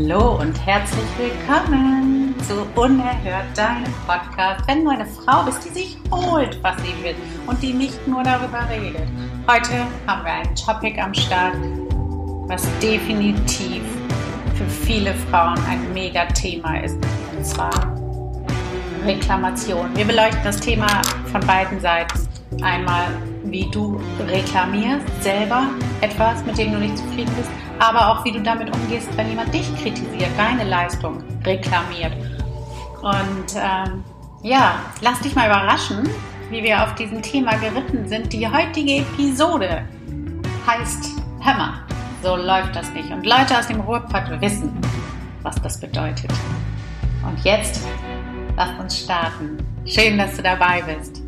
Hallo und herzlich willkommen zu Unerhört, deinem Podcast. Wenn du eine Frau bist, die sich holt, was sie will und die nicht nur darüber redet. Heute haben wir ein Topic am Start, was definitiv für viele Frauen ein Mega-Thema ist. Und zwar Reklamation. Wir beleuchten das Thema von beiden Seiten. Einmal, wie du reklamierst selber etwas, mit dem du nicht zufrieden bist, aber auch, wie du damit umgehst, wenn jemand dich kritisiert, deine Leistung reklamiert. Und lass dich mal überraschen, wie wir auf diesem Thema geritten sind. Die heutige Episode heißt Hör mal, so läuft das nicht. Und Leute aus dem Ruhrpott wissen, was das bedeutet. Und jetzt, lass uns starten. Schön, dass du dabei bist.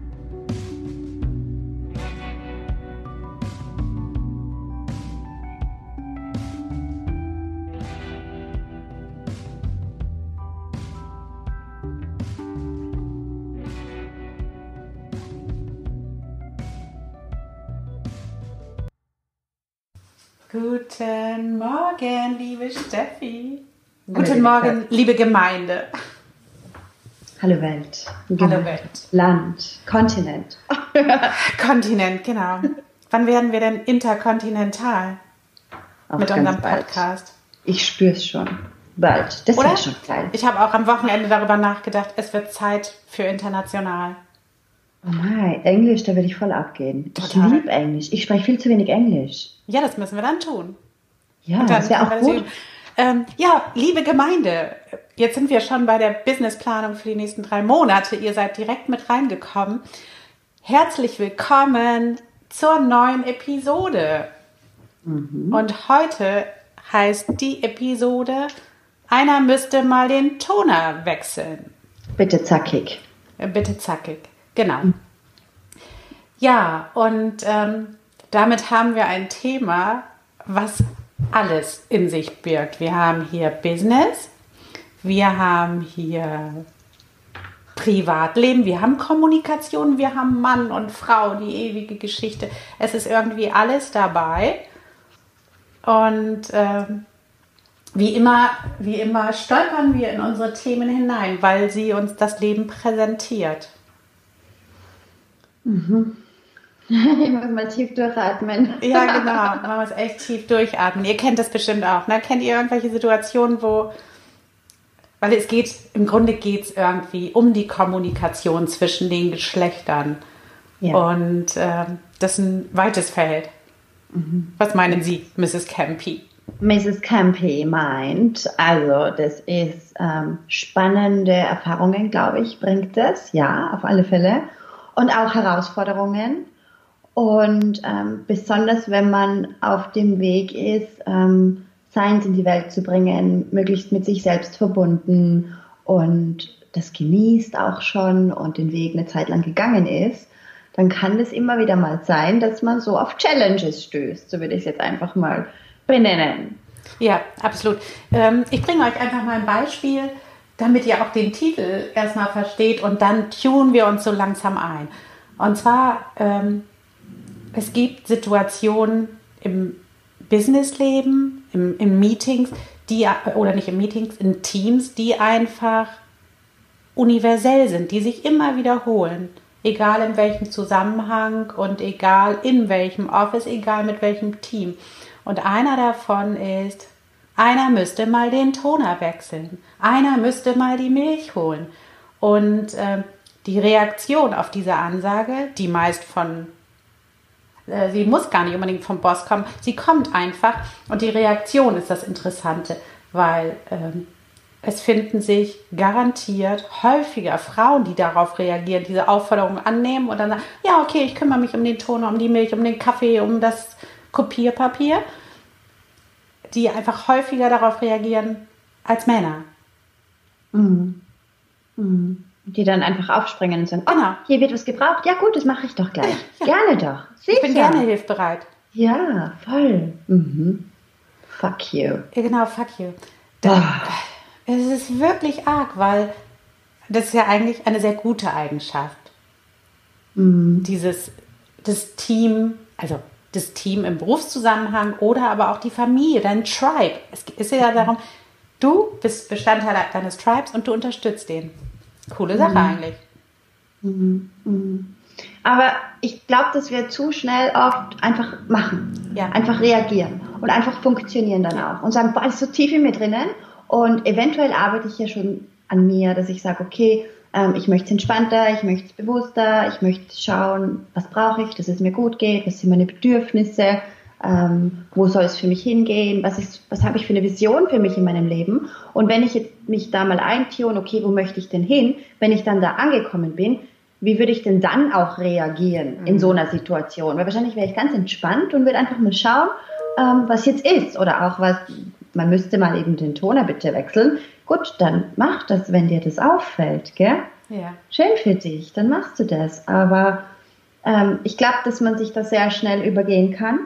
Guten Morgen, liebe Steffi. Guten Morgen, liebe Gemeinde. Hallo Welt. Hallo Welt. Land, Kontinent. Kontinent, genau. Wann werden wir denn interkontinental mit unserem Podcast? Ich spüre es schon. Bald. Das wäre schon geil. Ich habe auch am Wochenende darüber nachgedacht, es wird Zeit für international. Oh nein, Englisch, da würde ich voll abgehen. Total. Ich liebe Englisch. Ich spreche viel zu wenig Englisch. Ja, das müssen wir dann tun. Ja, das wäre auch gut. Liebe Gemeinde, jetzt sind wir schon bei der Businessplanung für die nächsten 3 Monate. Ihr seid direkt mit reingekommen. Herzlich willkommen zur neuen Episode. Und heute heißt die Episode, einer müsste mal den Toner wechseln. Bitte zackig. Bitte zackig, genau. Ja, und damit haben wir ein Thema, was alles in sich birgt. Wir haben hier Business, wir haben hier Privatleben, wir haben Kommunikation, wir haben Mann und Frau, die ewige Geschichte. Es ist irgendwie alles dabei. Und wie immer stolpern wir in unsere Themen hinein, weil sie uns das Leben präsentiert. Ich muss mal tief durchatmen. Ja, genau. Man muss echt tief durchatmen. Ihr kennt das bestimmt auch. Ne? Kennt ihr irgendwelche Situationen, weil im Grunde geht es irgendwie um die Kommunikation zwischen den Geschlechtern. Ja. Und das ist ein weites Feld. Was meinen Sie, Mrs. Campy? Mrs. Campy meint, also das ist spannende Erfahrungen, glaube ich, bringt es. Ja, auf alle Fälle. Und auch Herausforderungen. Und besonders, wenn man auf dem Weg ist, Science in die Welt zu bringen, möglichst mit sich selbst verbunden und das genießt auch schon und den Weg eine Zeit lang gegangen ist, dann kann das immer wieder mal sein, dass man so auf Challenges stößt. So würde ich es jetzt einfach mal benennen. Ja, absolut. Ich bringe euch einfach mal ein Beispiel, damit ihr auch den Titel erstmal versteht und dann tunen wir uns so langsam ein. Und zwar, es gibt Situationen im Businessleben, in Meetings, in Teams, die einfach universell sind, die sich immer wiederholen. Egal in welchem Zusammenhang und egal in welchem Office, egal mit welchem Team. Und einer davon ist, einer müsste mal den Toner wechseln. Einer müsste mal die Milch holen. Und die Reaktion auf diese Ansage, die meist sie muss gar nicht unbedingt vom Boss kommen, sie kommt einfach. Und die Reaktion ist das Interessante, weil es finden sich garantiert häufiger Frauen, die darauf reagieren, diese Aufforderung annehmen und dann sagen, ja okay, ich kümmere mich um den Toner, um die Milch, um den Kaffee, um das Kopierpapier, die einfach häufiger darauf reagieren als Männer. Die dann einfach aufspringen und sagen, genau. Hier wird was gebraucht, ja gut, das mache ich doch gleich. Ja. Gerne doch. Sicher. Ich bin gerne hilfsbereit. Ja, voll. Fuck you. Ja, genau, fuck you. Es ist wirklich arg, weil das ist ja eigentlich eine sehr gute Eigenschaft. Das Team im Berufszusammenhang oder aber auch die Familie, dein Tribe. Es ist ja darum, Du bist Bestandteil deines Tribes und du unterstützt den. Coole Sache eigentlich. Aber ich glaube, dass wir zu schnell oft einfach machen, einfach reagieren und einfach funktionieren dann auch und sagen, boah, ist so tief in mir drinnen und eventuell arbeite ich ja schon an mir, dass ich sage, okay, ich möchte es entspannter, ich möchte es bewusster, ich möchte schauen, was brauche ich, dass es mir gut geht, was sind meine Bedürfnisse, wo soll es für mich hingehen, was habe ich für eine Vision für mich in meinem Leben und wenn ich jetzt mich da mal eintune, okay, wo möchte ich denn hin, wenn ich dann da angekommen bin, wie würde ich denn dann auch reagieren in so einer Situation? Weil wahrscheinlich wäre ich ganz entspannt und würde einfach mal schauen, was jetzt ist. Oder auch man müsste mal eben den Toner bitte wechseln. Gut, dann mach das, wenn dir das auffällt, gell? Ja. Schön für dich, dann machst du das. Aber ich glaube, dass man sich da sehr schnell übergehen kann.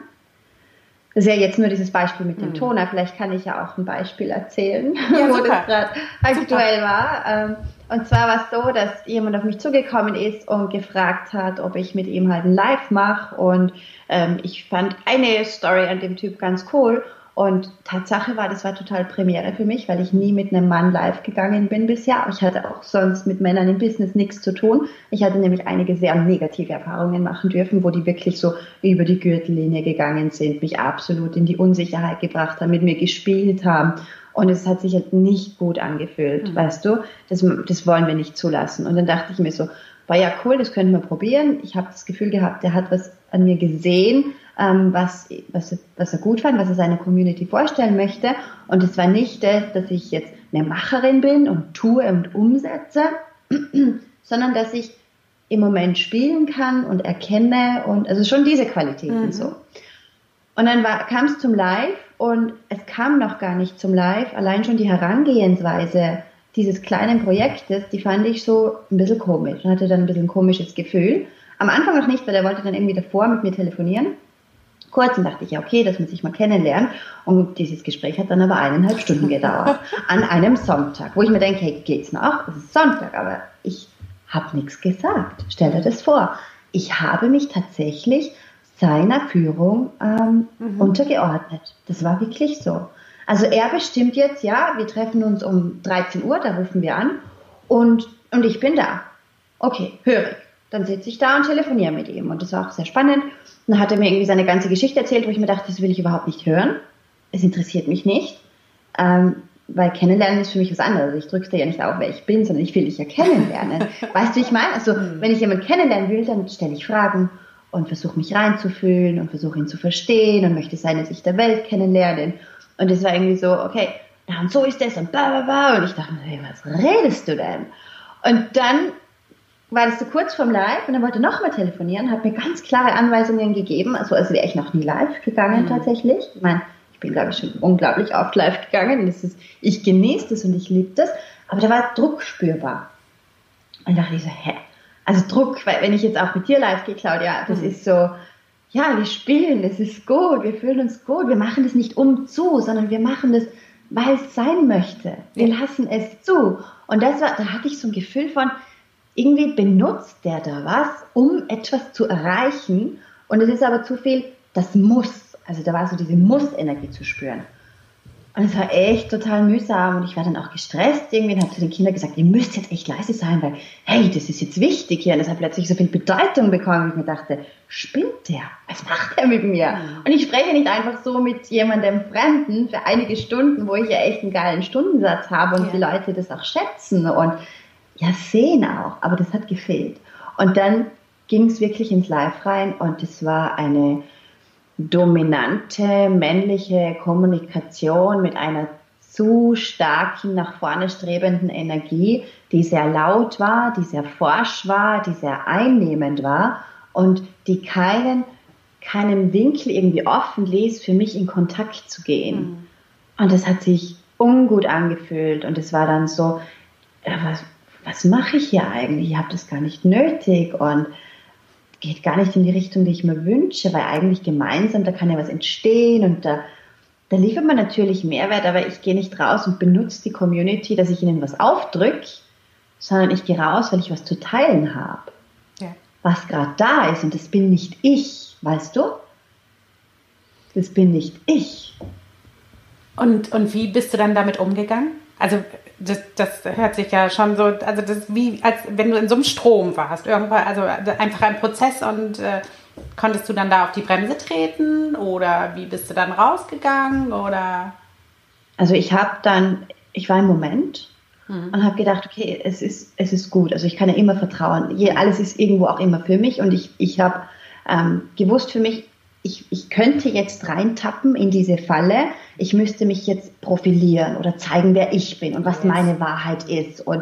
Das ist ja jetzt nur dieses Beispiel mit dem Toner. Vielleicht kann ich ja auch ein Beispiel erzählen, wo das gerade aktuell war. Und zwar war es so, dass jemand auf mich zugekommen ist und gefragt hat, ob ich mit ihm halt ein Live mache. Und ich fand eine Story an dem Typ ganz cool. Und Tatsache war, das war total Premiere für mich, weil ich nie mit einem Mann live gegangen bin bisher. Ich hatte auch sonst mit Männern im Business nichts zu tun. Ich hatte nämlich einige sehr negative Erfahrungen machen dürfen, wo die wirklich so über die Gürtellinie gegangen sind, mich absolut in die Unsicherheit gebracht haben, mit mir gespielt haben. Und es hat sich halt nicht gut angefühlt, weißt du? Das wollen wir nicht zulassen. Und dann dachte ich mir so, war ja cool, das können wir probieren. Ich habe das Gefühl gehabt, der hat was an mir gesehen, was er gut fand, was er seiner Community vorstellen möchte. Und es war nicht das, dass ich jetzt eine Macherin bin und tue und umsetze, sondern dass ich im Moment spielen kann und erkenne und also schon diese Qualitäten so. Und dann kam es zum Live und es kam noch gar nicht zum Live. Allein schon die Herangehensweise dieses kleinen Projektes, die fand ich so ein bisschen komisch. Ich hatte dann ein bisschen ein komisches Gefühl. Am Anfang noch nicht, weil er wollte dann irgendwie davor mit mir telefonieren. Kurz und dachte ich, ja okay, das muss ich mal kennenlernen. Und dieses Gespräch hat dann aber 1,5 Stunden gedauert. An einem Sonntag, wo ich mir denke, hey, geht's noch? Es ist Sonntag, aber ich habe nichts gesagt. Stell dir das vor. Ich habe mich tatsächlich seiner Führung untergeordnet. Das war wirklich so. Also er bestimmt jetzt, ja, wir treffen uns um 13 Uhr, da rufen wir an und ich bin da. Okay, höre ich. Dann sitze ich da und telefoniere mit ihm und das war auch sehr spannend. Und dann hat er mir irgendwie seine ganze Geschichte erzählt, wo ich mir dachte, das will ich überhaupt nicht hören. Es interessiert mich nicht, weil kennenlernen ist für mich was anderes. Ich drücke dir ja nicht auf, wer ich bin, sondern ich will dich ja kennenlernen. Weißt du, wie ich meine? Also wenn ich jemanden kennenlernen will, dann stelle ich Fragen und versuche mich reinzufühlen und versuche ihn zu verstehen und möchte seine Sicht der Welt kennenlernen. Und es war irgendwie so, okay, ja, und so ist das und bla bla bla. Und ich dachte mir, hey, was redest du denn? Und dann war das so kurz vorm Live und dann wollte er nochmal telefonieren, hat mir ganz klare Anweisungen gegeben, also als wäre ich noch nie live gegangen tatsächlich. Ich meine, ich bin, glaube ich, schon unglaublich oft live gegangen. Ich genieße das und ich liebe das, aber da war Druck spürbar. Und da dachte ich so, also Druck, weil wenn ich jetzt auch mit dir live gehe, Claudia, das ist so, ja, wir spielen, das ist gut, wir fühlen uns gut, wir machen das nicht sondern wir machen das, weil es sein möchte. Wir lassen es zu. Und da hatte ich so ein Gefühl von, irgendwie benutzt der da was, um etwas zu erreichen. Und es ist aber zu viel, das muss. Also da war so diese Muss-Energie zu spüren. Und es war echt total mühsam und ich war dann auch gestresst irgendwie und habe zu den Kindern gesagt, ihr müsst jetzt echt leise sein, weil, hey, das ist jetzt wichtig hier. Und das hat plötzlich so viel Bedeutung bekommen, und ich mir dachte, spinnt der? Was macht der mit mir? Und ich spreche nicht einfach so mit jemandem Fremden für einige Stunden, wo ich ja echt einen geilen Stundensatz habe und die Leute das auch schätzen und ja, sehen auch, aber das hat gefehlt. Und dann ging es wirklich ins Live rein und es war eine dominante männliche Kommunikation mit einer zu starken, nach vorne strebenden Energie, die sehr laut war, die sehr forsch war, die sehr einnehmend war und die keinen Winkel irgendwie offen ließ, für mich in Kontakt zu gehen. Und das hat sich ungut angefühlt und es war dann so, was mache ich hier eigentlich? Ich habe das gar nicht nötig und geht gar nicht in die Richtung, die ich mir wünsche, weil eigentlich gemeinsam, da kann ja was entstehen und da liefert man natürlich Mehrwert, aber ich gehe nicht raus und benutze die Community, dass ich ihnen was aufdrücke, sondern ich gehe raus, weil ich was zu teilen habe. Ja. Was gerade da ist und das bin nicht ich, weißt du? Das bin nicht ich. Und wie bist du dann damit umgegangen? Also das hört sich ja schon so, also das ist wie, als wenn du in so einem Strom warst. Irgendwann, also einfach ein Prozess und konntest du dann da auf die Bremse treten oder wie bist du dann rausgegangen oder? Also ich war im Moment und habe gedacht, okay, es ist gut. Also ich kann ja immer vertrauen. Alles ist irgendwo auch immer für mich und ich habe gewusst für mich, ich könnte jetzt reintappen in diese Falle. Ich müsste mich jetzt profilieren oder zeigen, wer ich bin und was meine Wahrheit ist und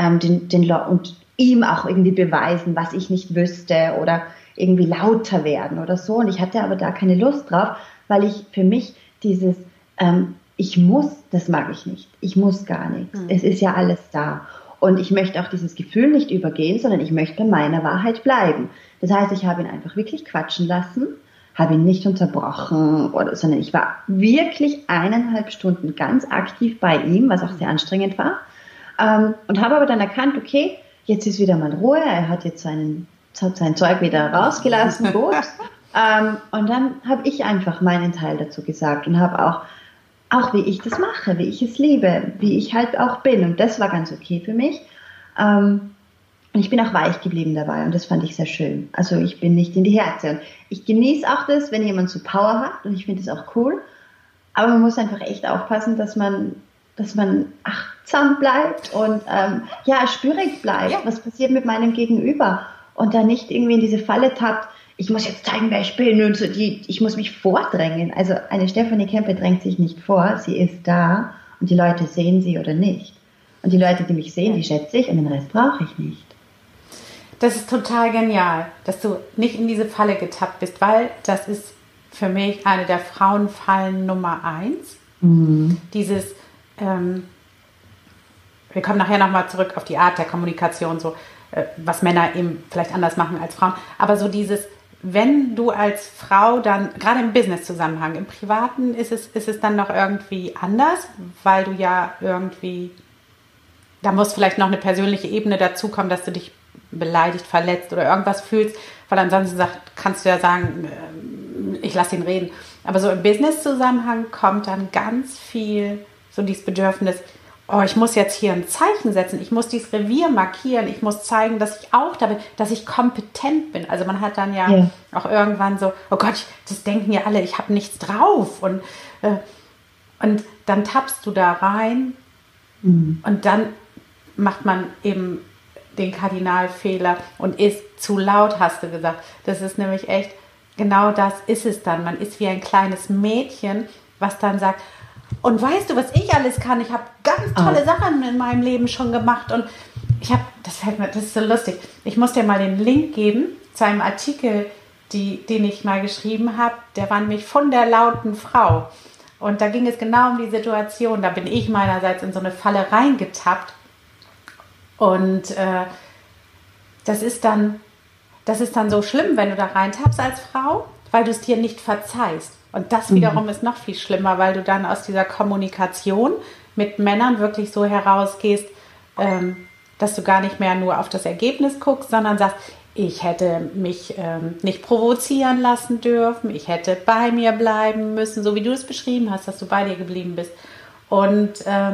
und ihm auch irgendwie beweisen, was ich nicht wüsste oder irgendwie lauter werden oder so. Und ich hatte aber da keine Lust drauf, weil ich für mich dieses ich muss, das mag ich nicht. Ich muss gar nichts. Es ist ja alles da. Und ich möchte auch dieses Gefühl nicht übergehen, sondern ich möchte bei meiner Wahrheit bleiben. Das heißt, ich habe ihn einfach wirklich quatschen lassen, habe ihn nicht unterbrochen, sondern ich war wirklich 1,5 Stunden ganz aktiv bei ihm, was auch sehr anstrengend war. Und habe aber dann erkannt, okay, jetzt ist wieder mal Ruhe, er hat jetzt sein Zeug wieder rausgelassen, gut. Und dann habe ich einfach meinen Teil dazu gesagt und habe auch wie ich das mache, wie ich es liebe, wie ich halt auch bin. Und das war ganz okay für mich. Und ich bin auch weich geblieben dabei und das fand ich sehr schön. Also ich bin nicht in die Härte. Und ich genieße auch das, wenn jemand so Power hat und ich finde das auch cool. Aber man muss einfach echt aufpassen, dass man achtsam bleibt und spürig bleibt. Ja. Was passiert mit meinem Gegenüber? Und da nicht irgendwie in diese Falle tappt, ich muss jetzt zeigen, wer ich bin und so, ich muss mich vordrängen. Also eine Stefanie Kempe drängt sich nicht vor, sie ist da und die Leute sehen sie oder nicht. Und die Leute, die mich sehen, die schätze ich und den Rest brauche ich nicht. Das ist total genial, dass du nicht in diese Falle getappt bist, weil das ist für mich eine der Frauenfallen Nummer 1. Dieses, wir kommen nachher nochmal zurück auf die Art der Kommunikation, so was Männer eben vielleicht anders machen als Frauen, aber so dieses, wenn du als Frau dann, gerade im Business-Zusammenhang, im Privaten ist es dann noch irgendwie anders, weil du ja irgendwie, da muss vielleicht noch eine persönliche Ebene dazukommen, dass du dich beleidigt, verletzt oder irgendwas fühlst, weil ansonsten kannst du ja sagen, ich lasse ihn reden. Aber so im Business-Zusammenhang kommt dann ganz viel so dieses Bedürfnis, oh, ich muss jetzt hier ein Zeichen setzen, ich muss dieses Revier markieren, ich muss zeigen, dass ich auch da bin, dass ich kompetent bin. Also man hat dann ja auch irgendwann so, oh Gott, das denken ja alle, ich habe nichts drauf. Und dann tappst du da rein und dann macht man eben den Kardinalfehler und ist zu laut, hast du gesagt. Das ist nämlich echt, genau das ist es dann. Man ist wie ein kleines Mädchen, was dann sagt, und weißt du, was ich alles kann? Ich habe ganz tolle Sachen in meinem Leben schon gemacht und das ist so lustig. Ich muss dir mal den Link geben zu einem Artikel, den ich mal geschrieben habe. Der war nämlich von der lauten Frau. Und da ging es genau um die Situation. Da bin ich meinerseits in so eine Falle reingetappt. Und das ist dann so schlimm, wenn du da reintappst als Frau, weil du es dir nicht verzeihst. Und das wiederum ist noch viel schlimmer, weil du dann aus dieser Kommunikation mit Männern wirklich so herausgehst, dass du gar nicht mehr nur auf das Ergebnis guckst, sondern sagst, ich hätte mich nicht provozieren lassen dürfen, ich hätte bei mir bleiben müssen, so wie du es beschrieben hast, dass du bei dir geblieben bist. Und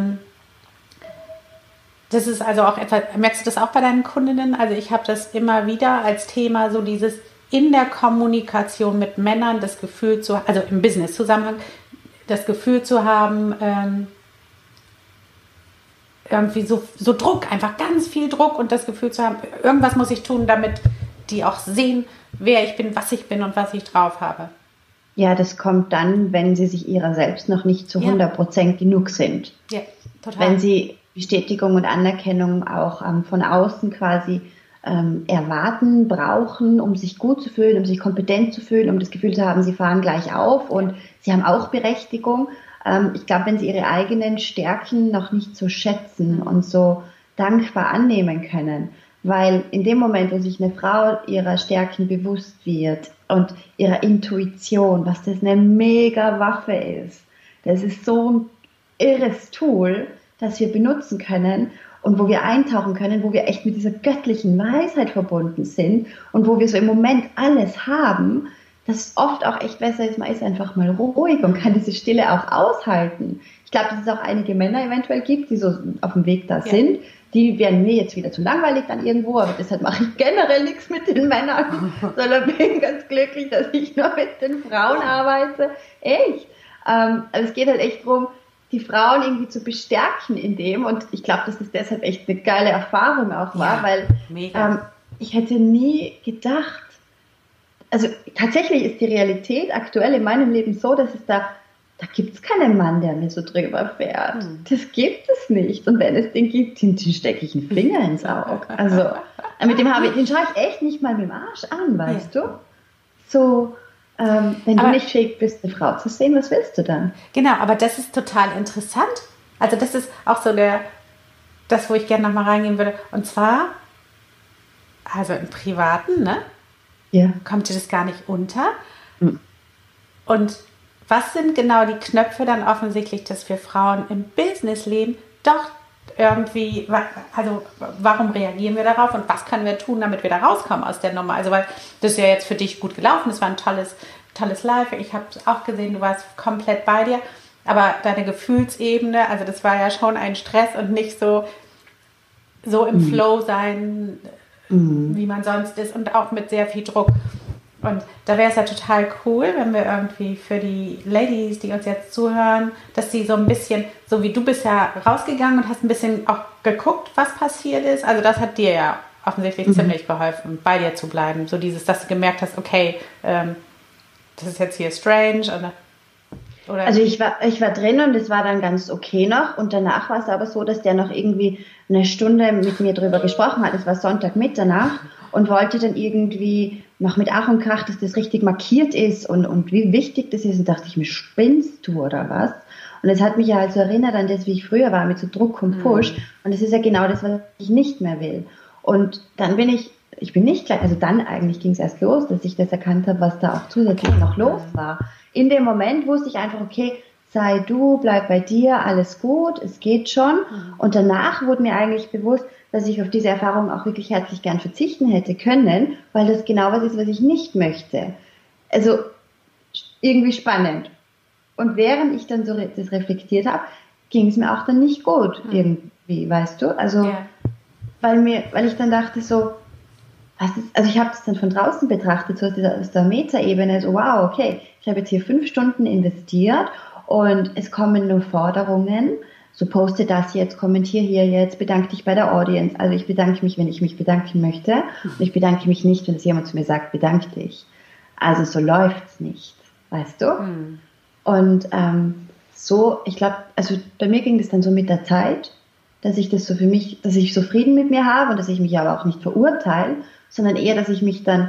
das ist also auch etwas, merkst du das auch bei deinen Kundinnen? Also ich habe das immer wieder als Thema, so dieses in der Kommunikation mit Männern das Gefühl also im Business-Zusammenhang, das Gefühl zu haben, irgendwie so Druck, einfach ganz viel Druck und das Gefühl zu haben, irgendwas muss ich tun, damit die auch sehen, wer ich bin, was ich bin und was ich drauf habe. Ja, das kommt dann, wenn sie sich ihrer selbst noch nicht zu 100% genug sind. Ja, total. Wenn sie Bestätigung und Anerkennung auch von außen quasi erwarten, brauchen, um sich gut zu fühlen, um sich kompetent zu fühlen, um das Gefühl zu haben, sie fahren gleich auf und sie haben auch Berechtigung. Ich glaube, wenn sie ihre eigenen Stärken noch nicht so schätzen und so dankbar annehmen können, weil in dem Moment, wo sich eine Frau ihrer Stärken bewusst wird und ihrer Intuition, was das eine mega Waffe ist, das ist so ein irres Tool, das wir benutzen können und wo wir eintauchen können, wo wir echt mit dieser göttlichen Weisheit verbunden sind und wo wir so im Moment alles haben, dass es oft auch echt besser ist, man ist einfach mal ruhig und kann diese Stille auch aushalten. Ich glaube, dass es auch einige Männer eventuell gibt, die so auf dem Weg da sind. Die wären mir jetzt wieder zu langweilig dann irgendwo, aber deshalb mache ich generell nichts mit den Männern, sondern bin ganz glücklich, dass ich nur mit den Frauen arbeite. Echt. Also es geht halt echt darum, die Frauen irgendwie zu bestärken in dem, und ich glaube, dass das deshalb echt eine geile Erfahrung auch war, weil ich hätte nie gedacht, also tatsächlich ist die Realität aktuell in meinem Leben so, dass es da gibt es keinen Mann, der mir so drüber fährt. Das gibt es nicht. Und wenn es den gibt, den stecke ich einen Finger ins Auge. Also mit dem den schaue ich echt nicht mal mit dem Arsch an, weißt du? So, wenn du nicht fähig bist, eine Frau zu sehen, was willst du dann? Genau, aber das ist total interessant. Also das ist auch so das, wo ich gerne nochmal reingehen würde. Und zwar, also im Privaten, ne? Ja. Kommt dir das gar nicht unter. Und was sind genau die Knöpfe dann offensichtlich, dass wir Frauen im Businessleben doch irgendwie, also warum reagieren wir darauf und was können wir tun, damit wir da rauskommen aus der Nummer? Also weil das ist ja jetzt für dich gut gelaufen, das war ein tolles Live, ich habe es auch gesehen, du warst komplett bei dir, aber deine Gefühlsebene, also das war ja schon ein Stress und nicht so im Flow sein, wie man sonst ist, und auch mit sehr viel Druck. Und da wäre es ja total cool, wenn wir irgendwie für die Ladies, die uns jetzt zuhören, dass sie so ein bisschen, so wie du bist ja rausgegangen und hast ein bisschen auch geguckt, was passiert ist. Also das hat dir ja offensichtlich ziemlich geholfen, bei dir zu bleiben. So dieses, dass du gemerkt hast, okay, das ist jetzt hier strange. Oder also ich war drin und es war dann ganz okay noch. Und danach war es aber so, dass der noch irgendwie eine Stunde mit mir drüber gesprochen hat. Es war Sonntag Mitternacht. Und wollte dann irgendwie noch mit Ach und Krach, dass das richtig markiert ist und wie wichtig das ist. Und dachte ich mir, spinnst du oder was? Und es hat mich ja halt so erinnert an das, wie ich früher war, mit so Druck und Push. Und das ist ja genau das, was ich nicht mehr will. Und dann bin ich bin nicht gleich, also dann eigentlich ging es erst los, dass ich das erkannt habe, was da auch zusätzlich noch los war. In dem Moment wusste ich einfach, okay, sei du, bleib bei dir, alles gut, es geht schon. Und danach wurde mir eigentlich bewusst, dass ich auf diese Erfahrung auch wirklich herzlich gern verzichten hätte können, weil das genau was ist, was ich nicht möchte. Also irgendwie spannend. Und während ich dann so das reflektiert habe, ging es mir auch dann nicht gut irgendwie, weißt du? Also weil ich dann dachte so, also ich habe das dann von draußen betrachtet, so aus der Metaebene, so wow, okay, ich habe jetzt hier 5 Stunden investiert und es kommen nur Forderungen, so poste das jetzt, kommentiere hier jetzt, bedanke dich bei der Audience. Also ich bedanke mich, wenn ich mich bedanken möchte, und ich bedanke mich nicht, wenn es jemand zu mir sagt, bedanke dich. Also so läuft's nicht, weißt du? Und so, ich glaube, also bei mir ging das dann so mit der Zeit, dass ich das so für mich, dass ich so Frieden mit mir habe und dass ich mich aber auch nicht verurteile, sondern eher, dass ich mich dann,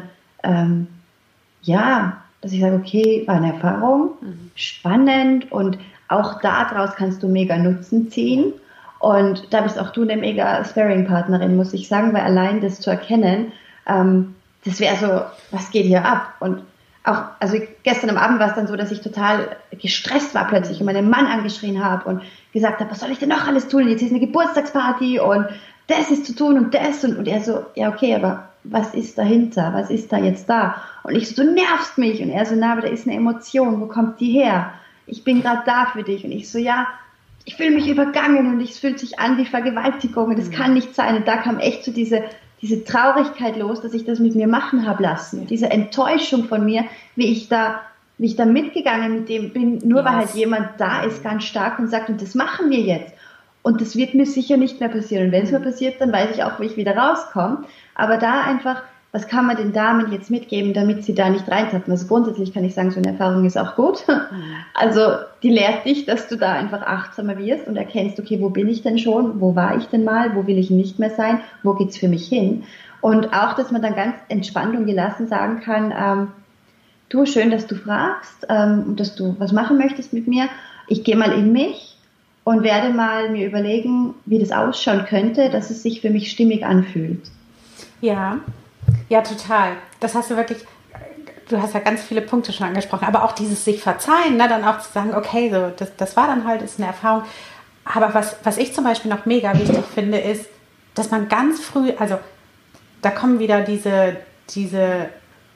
dass ich sage, okay, war eine Erfahrung, spannend, und auch daraus kannst du mega Nutzen ziehen. Und da bist auch du eine mega Sparring-Partnerin, muss ich sagen, weil allein das zu erkennen, das wäre so, was geht hier ab? Und auch, also gestern am Abend war es dann so, dass ich total gestresst war plötzlich und meinen Mann angeschrien habe und gesagt habe, was soll ich denn noch alles tun? Jetzt ist eine Geburtstagsparty und das ist zu tun und das. Und er so, ja okay, aber was ist dahinter? Was ist da jetzt da? Und ich so, du nervst mich. Und er so, na, aber da ist eine Emotion, wo kommt die her? Ich bin gerade da für dich. Und ich so, ja, ich fühle mich übergangen und es fühlt sich an wie Vergewaltigung und das kann nicht sein. Und da kam echt so diese Traurigkeit los, dass ich das mit mir machen habe lassen. Diese Enttäuschung von mir, wie ich da mitgegangen mit dem bin, nur weil halt jemand da ist, ganz stark und sagt, und das machen wir jetzt. Und das wird mir sicher nicht mehr passieren. Und wenn es mir passiert, dann weiß ich auch, wie ich wieder rauskomme. Aber da einfach, was kann man den Damen jetzt mitgeben, damit sie da nicht reintappen? Also grundsätzlich kann ich sagen, so eine Erfahrung ist auch gut. Also die lehrt dich, dass du da einfach achtsamer wirst und erkennst, okay, wo bin ich denn schon? Wo war ich denn mal? Wo will ich nicht mehr sein? Wo geht's für mich hin? Und auch, dass man dann ganz entspannt und gelassen sagen kann, du, schön, dass du fragst und dass du was machen möchtest mit mir. Ich gehe mal in mich und werde mal mir überlegen, wie das ausschauen könnte, dass es sich für mich stimmig anfühlt. Ja, total. Das hast du wirklich, du hast ja ganz viele Punkte schon angesprochen, aber auch dieses sich verzeihen, ne, dann auch zu sagen, okay, so, das war dann halt, ist eine Erfahrung. Aber was ich zum Beispiel noch mega wichtig finde, ist, dass man ganz früh, also da kommen wieder diese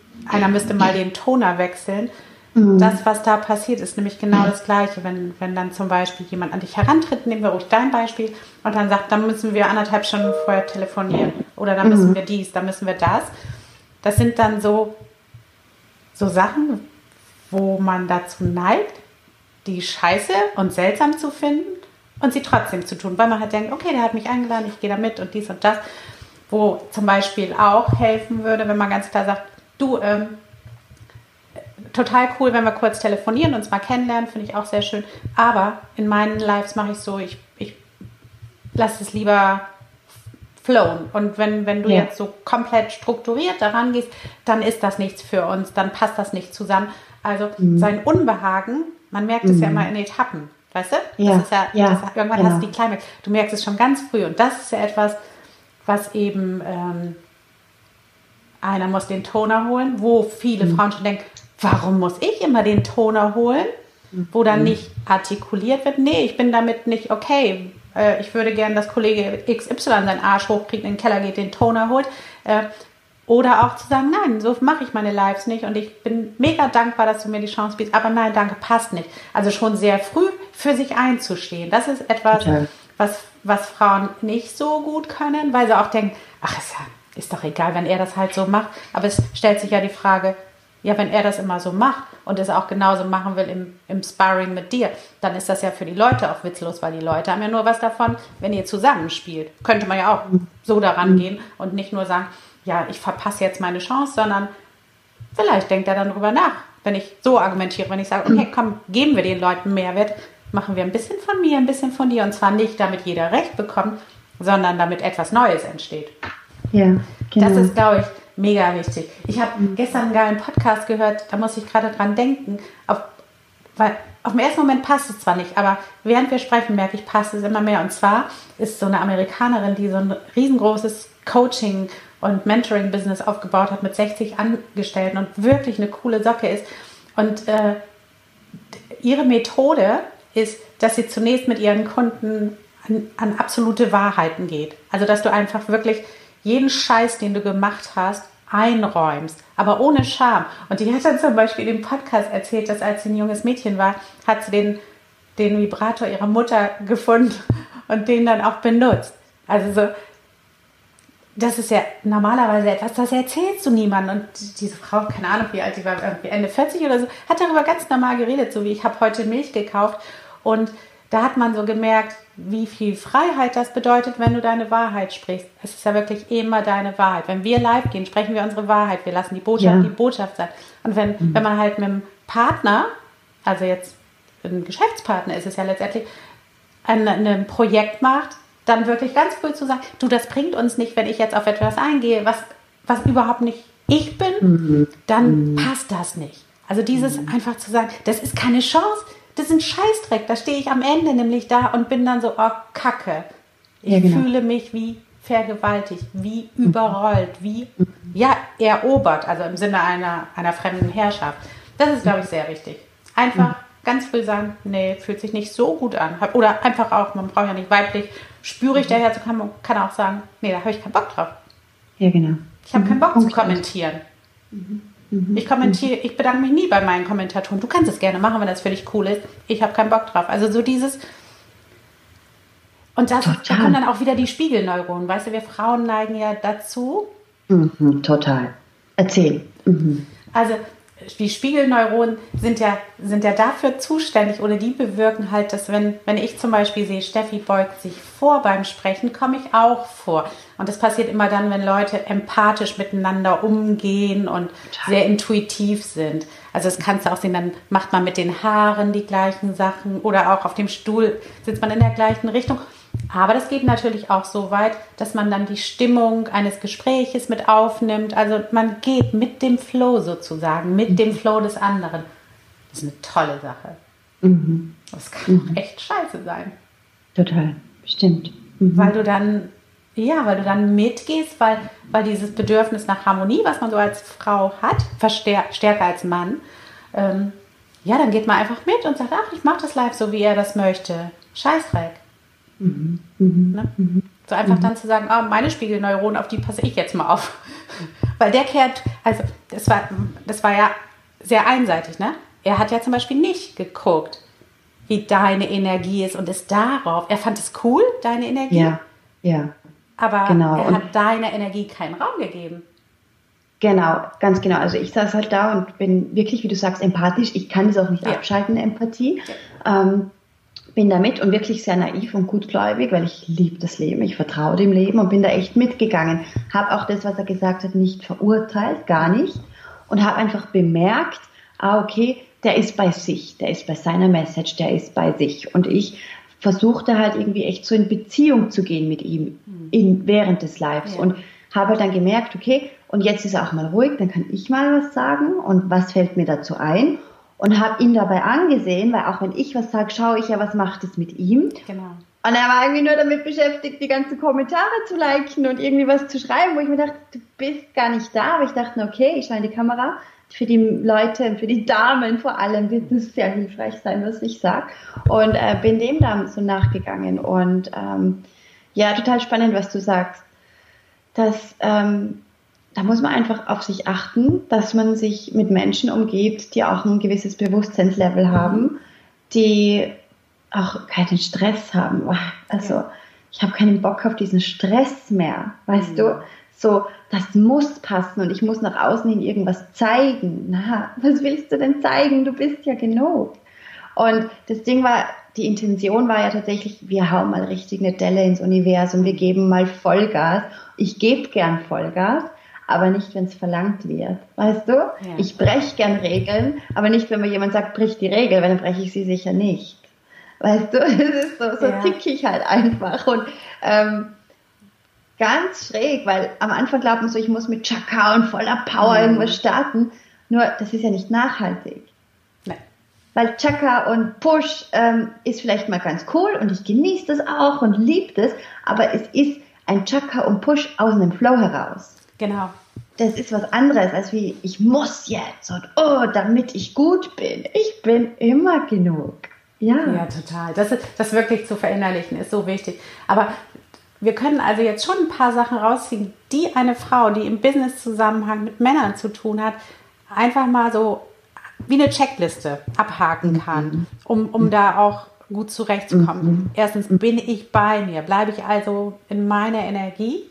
einer müsste mal den Toner wechseln. Das, was da passiert, ist nämlich genau das Gleiche. Wenn dann zum Beispiel jemand an dich herantritt, nehmen wir ruhig dein Beispiel, und dann sagt, dann müssen wir 1,5 Stunden vorher telefonieren. Oder dann müssen wir dies, dann müssen wir das. Das sind dann so Sachen, wo man dazu neigt, die scheiße und seltsam zu finden und sie trotzdem zu tun. Weil man halt denkt, okay, der hat mich eingeladen, ich gehe da mit und dies und das. Wo zum Beispiel auch helfen würde, wenn man ganz klar sagt, du, total cool, wenn wir kurz telefonieren, uns mal kennenlernen, finde ich auch sehr schön. Aber in meinen Lives mache ich so, ich lasse es lieber flowen. Und wenn du jetzt so komplett strukturiert daran gehst, dann ist das nichts für uns, dann passt das nicht zusammen. Also sein Unbehagen, man merkt es ja immer in Etappen, weißt du? Das ist irgendwann hast du die Climax. Du merkst es schon ganz früh. Und das ist ja etwas, was eben einer muss den Toner holen, wo viele Frauen schon denken, warum muss ich immer den Toner holen, wo dann nicht artikuliert wird, nee, ich bin damit nicht okay. Ich würde gerne, dass Kollege XY seinen Arsch hochkriegt, in den Keller geht, den Toner holt. Oder auch zu sagen, nein, so mache ich meine Lives nicht und ich bin mega dankbar, dass du mir die Chance bietest, aber nein, danke, passt nicht. Also schon sehr früh für sich einzustehen. Das ist etwas, was Frauen nicht so gut können, weil sie auch denken, ach, ist doch egal, wenn er das halt so macht. Aber es stellt sich ja die Frage, ja, wenn er das immer so macht und es auch genauso machen will im Sparring mit dir, dann ist das ja für die Leute auch witzlos, weil die Leute haben ja nur was davon, wenn ihr zusammenspielt. Könnte man ja auch so daran gehen und nicht nur sagen, ja, ich verpasse jetzt meine Chance, sondern vielleicht denkt er dann drüber nach, wenn ich so argumentiere, wenn ich sage, okay, komm, geben wir den Leuten Mehrwert, machen wir ein bisschen von mir, ein bisschen von dir und zwar nicht, damit jeder Recht bekommt, sondern damit etwas Neues entsteht. Ja, genau. Das ist, glaube ich, mega wichtig. Ich habe gestern einen geilen Podcast gehört, da muss ich gerade dran denken, weil auf den ersten Moment passt es zwar nicht, aber während wir sprechen, merke ich, passt es immer mehr. Und zwar ist so eine Amerikanerin, die so ein riesengroßes Coaching- und Mentoring-Business aufgebaut hat mit 60 Angestellten und wirklich eine coole Socke ist. Und ihre Methode ist, dass sie zunächst mit ihren Kunden an absolute Wahrheiten geht. Also, dass du einfach wirklich jeden Scheiß, den du gemacht hast, einräumst, aber ohne Scham. Und die hat dann zum Beispiel im Podcast erzählt, dass als sie ein junges Mädchen war, hat sie den Vibrator ihrer Mutter gefunden und den dann auch benutzt. Also so, das ist ja normalerweise etwas, das erzählst du niemandem. Und diese Frau, keine Ahnung, wie alt sie war, irgendwie Ende 40 oder so, hat darüber ganz normal geredet, so wie ich habe heute Milch gekauft. Und da hat man so gemerkt, wie viel Freiheit das bedeutet, wenn du deine Wahrheit sprichst. Es ist ja wirklich immer deine Wahrheit. Wenn wir live gehen, sprechen wir unsere Wahrheit. Wir lassen die Botschaft sein. Und wenn man halt mit einem Partner, also jetzt ein Geschäftspartner ist es ja letztendlich, ein Projekt macht, dann wirklich ganz früh zu sagen, du, das bringt uns nicht, wenn ich jetzt auf etwas eingehe, was überhaupt nicht ich bin, dann passt das nicht. Also dieses einfach zu sagen, das ist keine Chance, das ist ein Scheißdreck, da stehe ich am Ende nämlich da und bin dann so, oh Kacke. Ich fühle mich wie vergewaltigt, wie überrollt, wie erobert, also im Sinne einer fremden Herrschaft. Das ist, glaube ich, sehr wichtig. Einfach ganz früh sagen, nee, fühlt sich nicht so gut an. Oder einfach auch, man braucht ja nicht weiblich, spürig daherzukommen, man kann auch sagen, nee, da habe ich keinen Bock drauf. Ja, genau. Ich habe keinen Bock zu kommentieren. Ich bedanke mich nie bei meinen Kommentatoren. Du kannst es gerne machen, wenn das für dich cool ist. Ich habe keinen Bock drauf. Also so dieses... Und da kommen dann auch wieder die Spiegelneuronen. Weißt du, wir Frauen neigen ja dazu. Total. Erzähl. Also die Spiegelneuronen sind ja dafür zuständig oder die bewirken halt, dass wenn ich zum Beispiel sehe, Steffi beugt sich vor beim Sprechen, komme ich auch vor. Und das passiert immer dann, wenn Leute empathisch miteinander umgehen und sehr intuitiv sind. Also das kannst du auch sehen, dann macht man mit den Haaren die gleichen Sachen oder auch auf dem Stuhl sitzt man in der gleichen Richtung. Aber das geht natürlich auch so weit, dass man dann die Stimmung eines Gespräches mit aufnimmt. Also man geht mit dem Flow sozusagen, mit dem Flow des anderen. Das ist eine tolle Sache. Das kann auch echt scheiße sein. Total, stimmt. Weil du dann mitgehst, weil dieses Bedürfnis nach Harmonie, was man so als Frau hat, stärker als Mann, dann geht man einfach mit und sagt, ach, ich mache das live so, wie er das möchte. Scheißdreck. Ne? So einfach dann zu sagen, meine Spiegelneuronen, auf die passe ich jetzt mal auf. weil der kehrt, also das war ja sehr einseitig, ne? Er hat ja zum Beispiel nicht geguckt, wie deine Energie ist und ist darauf, er fand es cool, deine Energie, ja, aber genau. Er hat deiner Energie keinen Raum gegeben. Genau, ganz genau. Also ich saß halt da und bin wirklich, wie du sagst, empathisch. Ich kann das auch nicht abschalten, Empathie. Bin da mit und wirklich sehr naiv und gutgläubig, weil ich liebe das Leben, ich vertraue dem Leben und bin da echt mitgegangen. Habe auch das, was er gesagt hat, nicht verurteilt, gar nicht. Und habe einfach bemerkt, okay, der ist bei sich, der ist bei seiner Message, der ist bei sich. Und ich versuchte halt irgendwie echt so in Beziehung zu gehen mit ihm während des Lives. Und habe dann gemerkt, okay, und jetzt ist er auch mal ruhig, dann kann ich mal was sagen und was fällt mir dazu ein. Und habe ihn dabei angesehen, weil auch wenn ich was sage, schaue ich ja, was macht es mit ihm. Genau. Und er war irgendwie nur damit beschäftigt, die ganzen Kommentare zu liken und irgendwie was zu schreiben, wo ich mir dachte, du bist gar nicht da. Aber ich dachte, okay, ich schaue in die Kamera. Für die Leute, für die Damen vor allem wird es sehr hilfreich sein, was ich sage. Und bin dem dann so nachgegangen. Und total spannend, was du sagst. Dass da muss man einfach auf sich achten, dass man sich mit Menschen umgibt, die auch ein gewisses Bewusstseinslevel haben, die auch keinen Stress haben. Also ich habe keinen Bock auf diesen Stress mehr, weißt du? So, das muss passen und ich muss nach außen hin irgendwas zeigen. Na, was willst du denn zeigen? Du bist ja genug. Und das Ding war, die Intention war ja tatsächlich, wir hauen mal richtig eine Delle ins Universum, wir geben mal Vollgas. Ich gebe gern Vollgas, aber nicht, wenn es verlangt wird. Weißt du? Ja. Ich breche gern Regeln, aber nicht, wenn mir jemand sagt, brich die Regel, weil dann breche ich sie sicher nicht. Weißt du? Das ist so tick ich halt einfach. Und ganz schräg, weil am Anfang glaubt man so, ich muss mit Chakra und voller Power irgendwas starten. Nur, das ist ja nicht nachhaltig. Nein. Weil Chakra und Push ist vielleicht mal ganz cool und ich genieße das auch und liebe das, aber es ist ein Chakra und Push aus einem Flow heraus. Genau. Das ist was anderes, als wie ich muss jetzt und damit ich gut bin. Ich bin immer genug. Ja, total. Das wirklich zu verinnerlichen ist so wichtig. Aber wir können also jetzt schon ein paar Sachen rausziehen, die eine Frau, die im Business-Zusammenhang mit Männern zu tun hat, einfach mal so wie eine Checkliste abhaken kann, um da auch gut zurechtzukommen. Erstens, bin ich bei mir? Bleibe ich also in meiner Energie?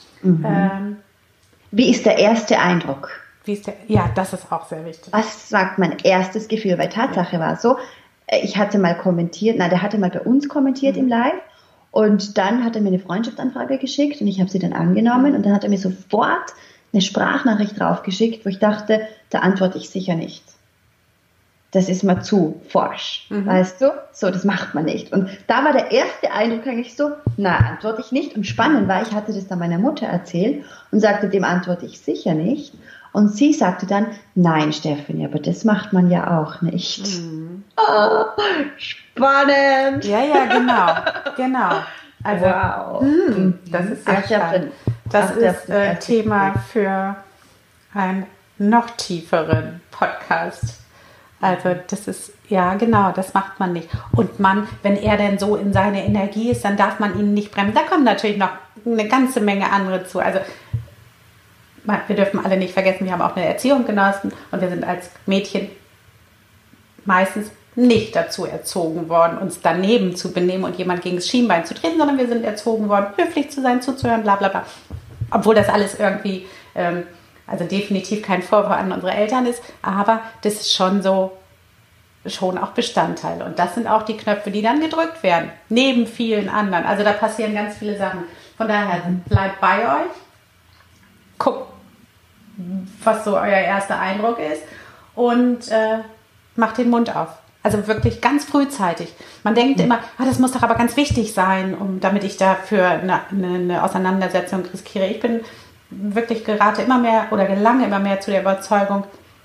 Wie ist der erste Eindruck? Das ist auch sehr wichtig. Was sagt mein erstes Gefühl? Weil Tatsache war so, ich hatte mal kommentiert, der hatte mal bei uns kommentiert im Live und dann hat er mir eine Freundschaftsanfrage geschickt und ich habe sie dann angenommen und dann hat er mir sofort eine Sprachnachricht draufgeschickt, wo ich dachte, da antworte ich sicher nicht. Das ist mal zu forsch, weißt du? So, das macht man nicht. Und da war der erste Eindruck eigentlich so, antworte ich nicht. Und spannend war, ich hatte das dann meiner Mutter erzählt und sagte, dem antworte ich sicher nicht. Und sie sagte dann, nein, Stefanie, aber das macht man ja auch nicht. Oh, spannend. Ja, genau. Also, wow. Das ist sehr spannend. Das ist Thema für einen noch tieferen Podcast. Also das ist, genau, das macht man nicht. Und wenn er denn so in seiner Energie ist, dann darf man ihn nicht bremsen. Da kommen natürlich noch eine ganze Menge andere zu. Also wir dürfen alle nicht vergessen, wir haben auch eine Erziehung genossen und wir sind als Mädchen meistens nicht dazu erzogen worden, uns daneben zu benehmen und jemand gegen das Schienbein zu treten, sondern wir sind erzogen worden, höflich zu sein, zuzuhören, bla bla bla. Obwohl das alles irgendwie... also definitiv kein Vorwurf an unsere Eltern ist, aber das ist schon auch Bestandteil. Und das sind auch die Knöpfe, die dann gedrückt werden, neben vielen anderen. Also da passieren ganz viele Sachen. Von daher, bleibt bei euch, guckt, was so euer erster Eindruck ist und macht den Mund auf. Also wirklich ganz frühzeitig. Man denkt immer, das muss doch aber ganz wichtig sein, damit ich dafür eine Auseinandersetzung riskiere. Ich bin wirklich gelange immer mehr zu der Überzeugung,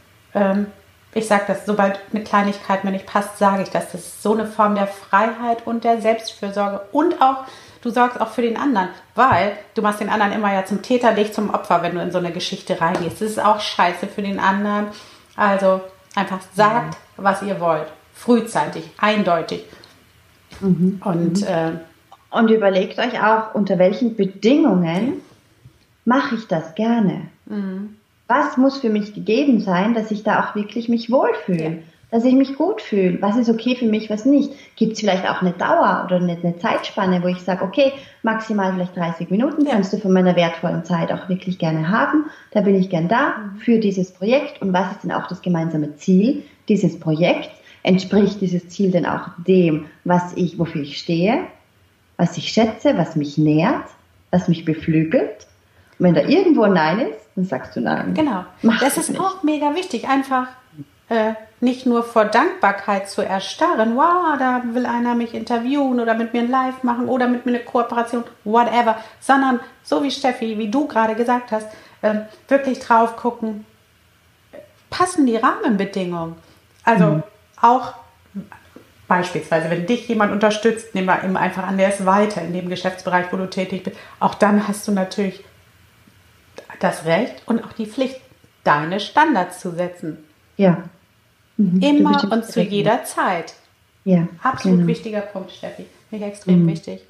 ich sage das, sobald eine Kleinigkeit mir nicht passt, sage ich das. Das ist so eine Form der Freiheit und der Selbstfürsorge und auch, du sorgst auch für den anderen, weil du machst den anderen immer ja zum Täter, nicht zum Opfer, wenn du in so eine Geschichte reingehst. Das ist auch scheiße für den anderen. Also einfach sagt, was ihr wollt. Frühzeitig, eindeutig. Und überlegt euch auch, unter welchen Bedingungen mache ich das gerne. was muss für mich gegeben sein, dass ich da auch wirklich mich wohlfühle, dass ich mich gut fühle, was ist okay für mich, was nicht. Gibt es vielleicht auch eine Dauer oder eine Zeitspanne, wo ich sage, okay, maximal vielleicht 30 Minuten kannst du von meiner wertvollen Zeit auch wirklich gerne haben, da bin ich gern da für dieses Projekt und was ist denn auch das gemeinsame Ziel dieses Projekts? Entspricht dieses Ziel denn auch dem, wofür ich stehe, was ich schätze, was mich nährt, was mich beflügelt? Und wenn da irgendwo ein Nein ist, dann sagst du Nein. Genau. Das ist auch mega wichtig, einfach nicht nur vor Dankbarkeit zu erstarren, wow, da will einer mich interviewen oder mit mir ein Live machen oder mit mir eine Kooperation, whatever, sondern so wie Steffi, wie du gerade gesagt hast, wirklich drauf gucken, passen die Rahmenbedingungen. Also auch beispielsweise, wenn dich jemand unterstützt, nehmen wir eben einfach an, der ist weiter in dem Geschäftsbereich, wo du tätig bist, auch dann hast du natürlich das Recht und auch die Pflicht, deine Standards zu setzen. Ja. Immer und zu jeder Zeit. Ja. Absolut wichtiger Punkt, Steffi. Finde ich extrem wichtig.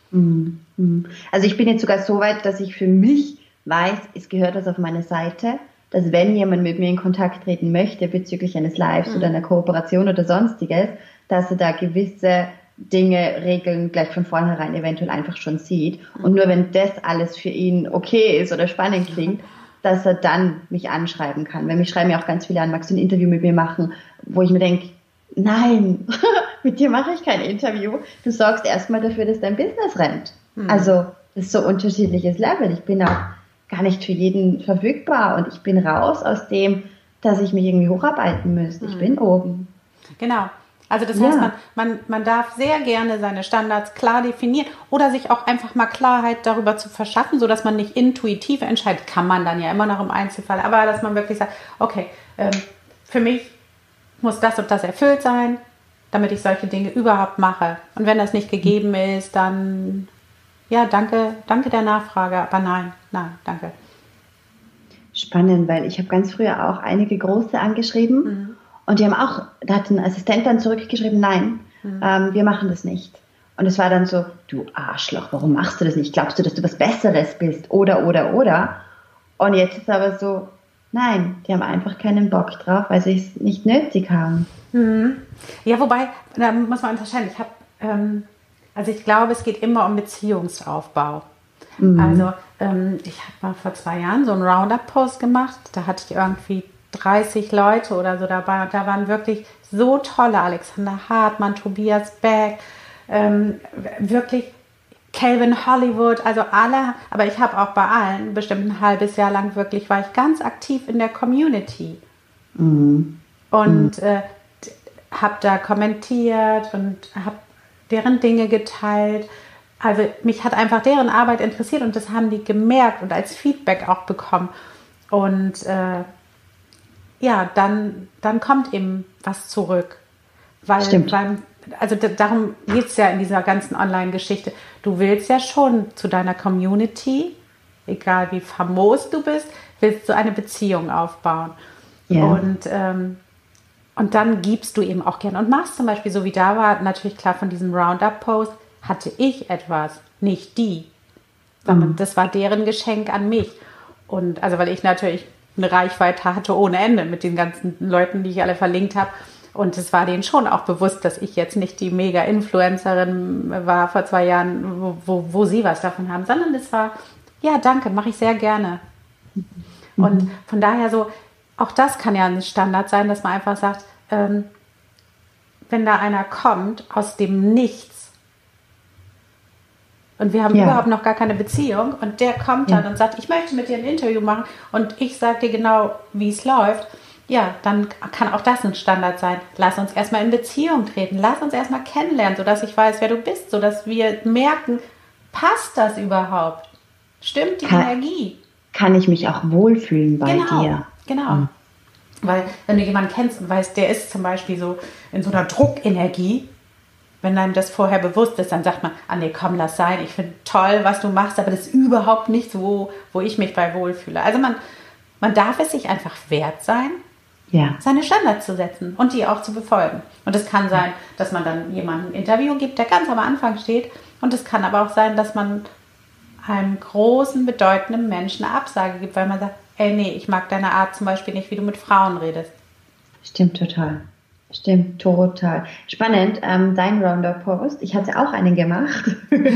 Also ich bin jetzt sogar so weit, dass ich für mich weiß, es gehört das auf meine Seite, dass wenn jemand mit mir in Kontakt treten möchte bezüglich eines Lives oder einer Kooperation oder sonstiges, dass er da gewisse Dinge, Regeln gleich von vornherein eventuell einfach schon sieht. Und nur wenn das alles für ihn okay ist oder spannend klingt, dass er dann mich anschreiben kann. Weil mich schreiben ja auch ganz viele an, magst du ein Interview mit mir machen, wo ich mir denke, nein, mit dir mache ich kein Interview. Du sorgst erstmal dafür, dass dein Business rennt. Also das ist so unterschiedliches Level. Ich bin auch gar nicht für jeden verfügbar und ich bin raus aus dem, dass ich mich irgendwie hocharbeiten müsste. Ich bin oben. Genau. Also das heißt, man darf sehr gerne seine Standards klar definieren oder sich auch einfach mal Klarheit darüber zu verschaffen, sodass man nicht intuitiv entscheidet, kann man dann ja immer noch im Einzelfall, aber dass man wirklich sagt, okay, für mich muss das und das erfüllt sein, damit ich solche Dinge überhaupt mache. Und wenn das nicht gegeben ist, dann ja, danke der Nachfrage, aber nein, danke. Spannend, weil ich habe ganz früher auch einige Große angeschrieben und die haben auch, da hat ein Assistent dann zurückgeschrieben, nein, wir machen das nicht. Und es war dann so, du Arschloch, warum machst du das nicht? Glaubst du, dass du was Besseres bist? Oder. Und jetzt ist es aber so, nein, die haben einfach keinen Bock drauf, weil sie es nicht nötig haben. Ja, wobei, da muss man unterscheiden. Ich glaube, es geht immer um Beziehungsaufbau. Also ich habe mal vor 2 Jahren so einen Roundup-Post gemacht. Da hatte ich irgendwie 30 Leute oder so dabei. Und da waren wirklich so tolle, Alexander Hartmann, Tobias Beck, wirklich Calvin Hollywood, also alle. Aber ich habe auch bei allen bestimmt ein halbes Jahr lang wirklich, war ich ganz aktiv in der Community. Und habe da kommentiert und habe deren Dinge geteilt. Also mich hat einfach deren Arbeit interessiert und das haben die gemerkt und als Feedback auch bekommen. Und dann kommt eben was zurück. Darum geht es ja in dieser ganzen Online-Geschichte. Du willst ja schon zu deiner Community, egal wie famos du bist, willst du eine Beziehung aufbauen. Ja. Und dann gibst du eben auch gerne und machst zum Beispiel, so wie da war, natürlich klar von diesem Roundup-Post, hatte ich etwas, nicht die. Sondern das war deren Geschenk an mich. Und also weil ich natürlich eine Reichweite hatte ohne Ende mit den ganzen Leuten, die ich alle verlinkt habe. Und es war denen schon auch bewusst, dass ich jetzt nicht die Mega-Influencerin war vor 2 Jahren, wo sie was davon haben, sondern es war, ja, danke, mache ich sehr gerne. Und von daher so, auch das kann ja ein Standard sein, dass man einfach sagt, wenn da einer kommt aus dem Nichts und wir haben überhaupt noch gar keine Beziehung und der kommt dann und sagt, ich möchte mit dir ein Interview machen und ich sage dir genau, wie es läuft, ja, dann kann auch das ein Standard sein. Lass uns erstmal in Beziehung treten, lass uns erstmal kennenlernen, sodass ich weiß, wer du bist, sodass wir merken, passt das überhaupt? Stimmt die Energie? Kann ich mich auch wohlfühlen bei dir? Genau. Weil wenn du jemanden kennst und weißt, der ist zum Beispiel so in so einer Druckenergie, wenn einem das vorher bewusst ist, dann sagt man, nee, komm, lass sein, ich finde toll, was du machst, aber das ist überhaupt nicht so, wo ich mich bei wohlfühle. Also man darf es sich einfach wert sein, seine Standards zu setzen und die auch zu befolgen. Und es kann sein, dass man dann jemandem ein Interview gibt, der ganz am Anfang steht, und es kann aber auch sein, dass man einem großen, bedeutenden Menschen eine Absage gibt, weil man sagt, ey, nee, ich mag deine Art zum Beispiel nicht, wie du mit Frauen redest. Stimmt total. Stimmt total. Spannend, dein Roundup-Post. Ich hatte auch einen gemacht.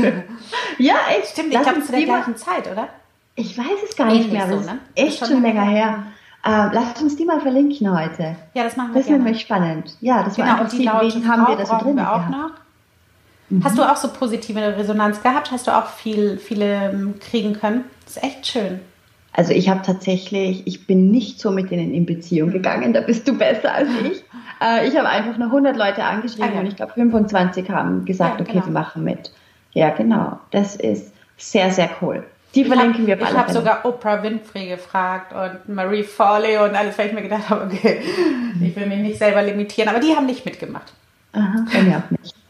Ja, echt. Stimmt, ich glaube zu der gleichen Zeit, oder? Ich weiß es gar nicht mehr, aber so, es ist ne? echt schon länger her. Lass uns die mal verlinken heute. Ja, das machen wir Das ist gerne. nämlich spannend. Ja, das war Genau, einfach und die laute wen haben Frau wir das so brauchen drin wir auch gehabt? noch. Hast du auch so positive Resonanz gehabt? Hast du auch viele kriegen können? Das ist echt schön. Also ich bin nicht so mit denen in Beziehung gegangen, da bist du besser als ich. Ich habe einfach nur 100 Leute angeschrieben und ich glaube 25 haben gesagt, okay, sie machen mit. Ja, genau. Das ist sehr, sehr cool. Die verlinken wir auf alle Ich habe Fälle. sogar Oprah Winfrey gefragt und Marie Forley und alles, weil ich mir gedacht habe, okay, ich will mich nicht selber limitieren, aber die haben nicht mitgemacht. Aha, bei mir auch nicht.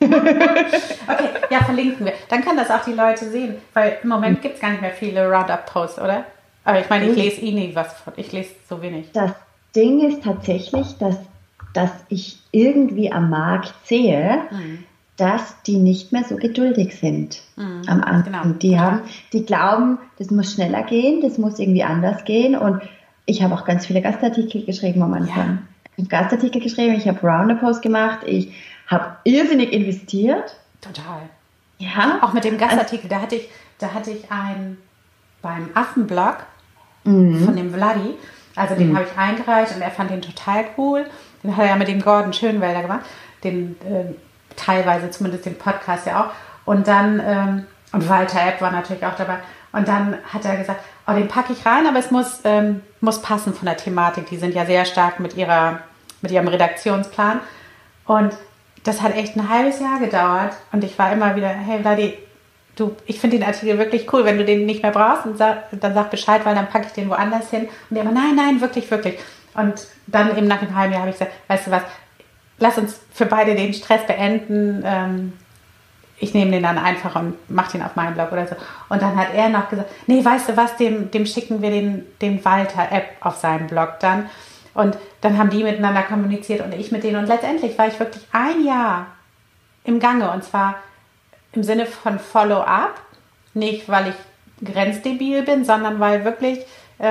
Okay, ja, verlinken wir. Dann können das auch die Leute sehen, weil im Moment gibt es gar nicht mehr viele Roundup-Posts, oder? Aber ich meine, ich lese nie was von. Ich lese so wenig. Das Ding ist tatsächlich, dass ich irgendwie am Markt sehe, dass die nicht mehr so geduldig sind am Anfang. Genau. Die glauben, das muss schneller gehen, das muss irgendwie anders gehen. Und ich habe auch ganz viele Gastartikel geschrieben am Anfang. Ja. Ich habe Gastartikel geschrieben, ich habe Roundup-Posts gemacht, ich habe irrsinnig investiert. Total. Ja. Auch mit dem Gastartikel, da hatte ich einen beim Affenblog von dem Vladi. Also den habe ich eingereicht und er fand den total cool. Den hat er ja mit dem Gordon Schönwelder gemacht. Den teilweise, zumindest den Podcast ja auch. Und dann, und Walter Epp war natürlich auch dabei. Und dann hat er gesagt, oh, den packe ich rein, aber es muss passen von der Thematik. Die sind ja sehr stark mit ihrem Redaktionsplan. Und das hat echt ein halbes Jahr gedauert. Und ich war immer wieder, hey Vladi, ich finde den Artikel wirklich cool. Wenn du den nicht mehr brauchst, dann sag Bescheid, weil dann packe ich den woanders hin. Und der immer, nein, wirklich, wirklich. Und dann eben nach einem halben Jahr habe ich gesagt, weißt du was, lass uns für beide den Stress beenden. Ich nehme den dann einfach und mache den auf meinen Blog oder so. Und dann hat er noch gesagt, nee, weißt du was, dem schicken wir den Walter-App auf seinem Blog dann. Und dann haben die miteinander kommuniziert und ich mit denen. Und letztendlich war ich wirklich ein Jahr im Gange. Und zwar im Sinne von Follow-up. Nicht, weil ich grenzdebil bin, sondern weil wirklich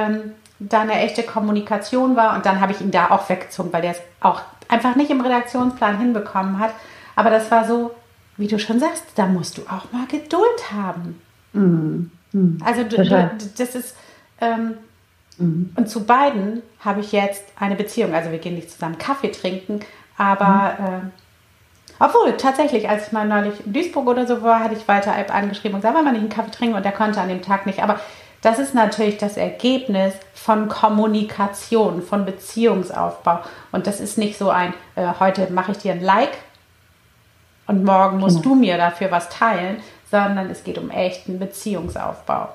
da eine echte Kommunikation war. Und dann habe ich ihn da auch weggezogen, weil der es auch einfach nicht im Redaktionsplan hinbekommen hat. Aber das war so, wie du schon sagst, da musst du auch mal Geduld haben. Also das ist... Und zu beiden habe ich jetzt eine Beziehung. Also wir gehen nicht zusammen Kaffee trinken, aber obwohl tatsächlich, als ich mal neulich in Duisburg oder so war, hatte ich Walter Epp angeschrieben und gesagt, wollen wir nicht einen Kaffee trinken, und der konnte an dem Tag nicht. Aber das ist natürlich das Ergebnis von Kommunikation, von Beziehungsaufbau. Und das ist nicht so ein, heute mache ich dir ein Like und morgen musst du mir dafür was teilen, sondern es geht um echten Beziehungsaufbau.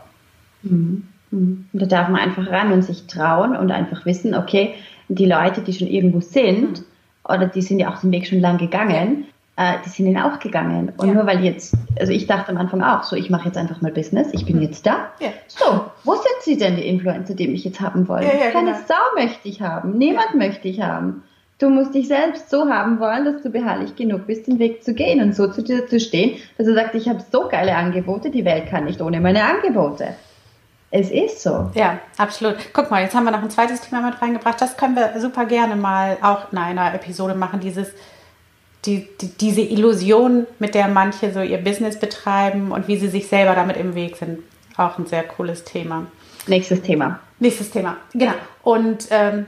Da darf man einfach ran und sich trauen und einfach wissen, okay, die Leute, die schon irgendwo sind, oder die sind ja auch den Weg schon lang gegangen, die sind ihn auch gegangen. Und nur weil jetzt, also ich dachte am Anfang auch so, ich mache jetzt einfach mal Business, ich bin jetzt da. Ja. So, wo sind sie denn, die Influencer, die mich jetzt haben wollen? Keine Sau möchte ich haben, niemand möchte ich haben. Du musst dich selbst so haben wollen, dass du beharrlich genug bist, den Weg zu gehen und so zu dir zu stehen, dass du sagst, ich habe so geile Angebote, die Welt kann nicht ohne meine Angebote. Es ist so. Ja, absolut. Guck mal, jetzt haben wir noch ein zweites Thema mit reingebracht. Das können wir super gerne mal auch in einer Episode machen. Diese Illusion, mit der manche so ihr Business betreiben und wie sie sich selber damit im Weg sind. Auch ein sehr cooles Thema. Nächstes Thema, genau. Und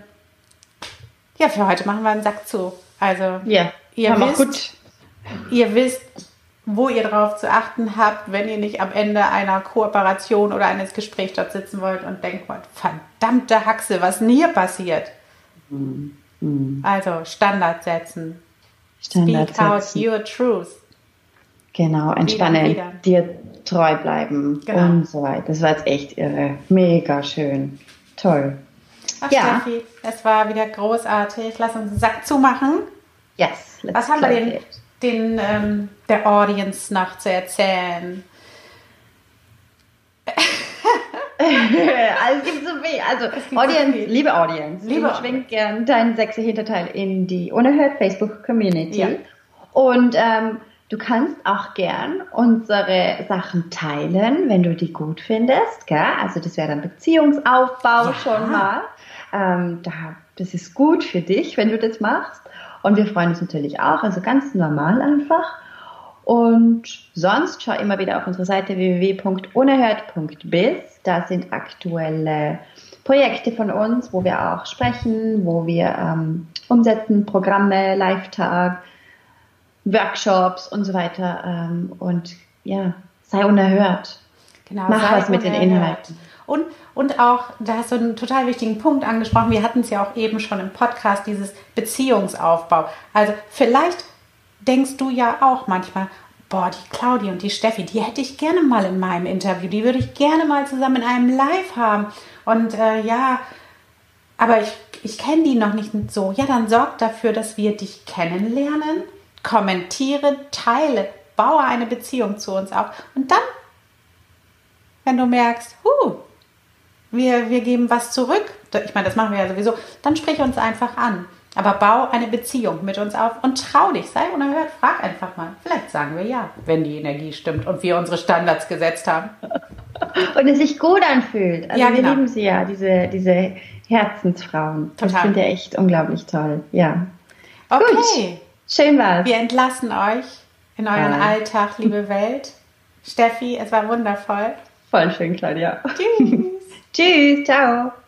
ja, für heute machen wir einen Sack zu. Also ihr wisst, wo ihr drauf zu achten habt, wenn ihr nicht am Ende einer Kooperation oder eines Gesprächs dort sitzen wollt und denkt, verdammte Haxe, was denn hier passiert? Also Standard setzen. Speak out your truth. Genau, entspannen, dir treu bleiben und so weiter. Das war jetzt echt irre. Mega schön. Toll. Ach, Steffi, es war wieder großartig. Lass uns einen Sack zumachen. Yes. Was haben wir der Audience noch zu erzählen? Also es gibt so viel. Also Audience, liebe Audience, schwenk gern deinen sexy Hinterteil in die Unerhört Facebook Community. Ja. Und Du kannst auch gern unsere Sachen teilen, wenn du die gut findest. Gell? Also das wäre dann Beziehungsaufbau schon mal. Das ist gut für dich, wenn du das machst. Und wir freuen uns natürlich auch, also ganz normal einfach. Und sonst schau immer wieder auf unsere Seite www.unerhört.biz. Da sind aktuelle Projekte von uns, wo wir auch sprechen, wo wir umsetzen, Programme, Live-Tag, Workshops und so weiter. Und ja, sei unerhört. Genau, mach was mit den Inhalten. Und auch, da hast du einen total wichtigen Punkt angesprochen, wir hatten es ja auch eben schon im Podcast, dieses Beziehungsaufbau. Also vielleicht denkst du ja auch manchmal, boah, die Claudia und die Steffi, die hätte ich gerne mal in meinem Interview, die würde ich gerne mal zusammen in einem Live haben. Und aber ich kenne die noch nicht so. Ja, dann sorg dafür, dass wir dich kennenlernen, kommentiere, teile, baue eine Beziehung zu uns auf. Und dann, wenn du merkst, wir geben was zurück, ich meine, das machen wir ja sowieso, dann sprich uns einfach an. Aber bau eine Beziehung mit uns auf und trau dich, sei unerhört, frag einfach mal. Vielleicht sagen wir ja, wenn die Energie stimmt und wir unsere Standards gesetzt haben. Und es sich gut anfühlt. Also ja, genau. Wir lieben sie ja, diese Herzensfrauen. Total. Das sind ja echt unglaublich toll. Ja. Okay. Gut. Schön war's. Wir entlassen euch in euren Alltag, liebe Welt. Steffi, es war wundervoll. Voll schön, Claudia. Tschüss. Tschüss, ciao.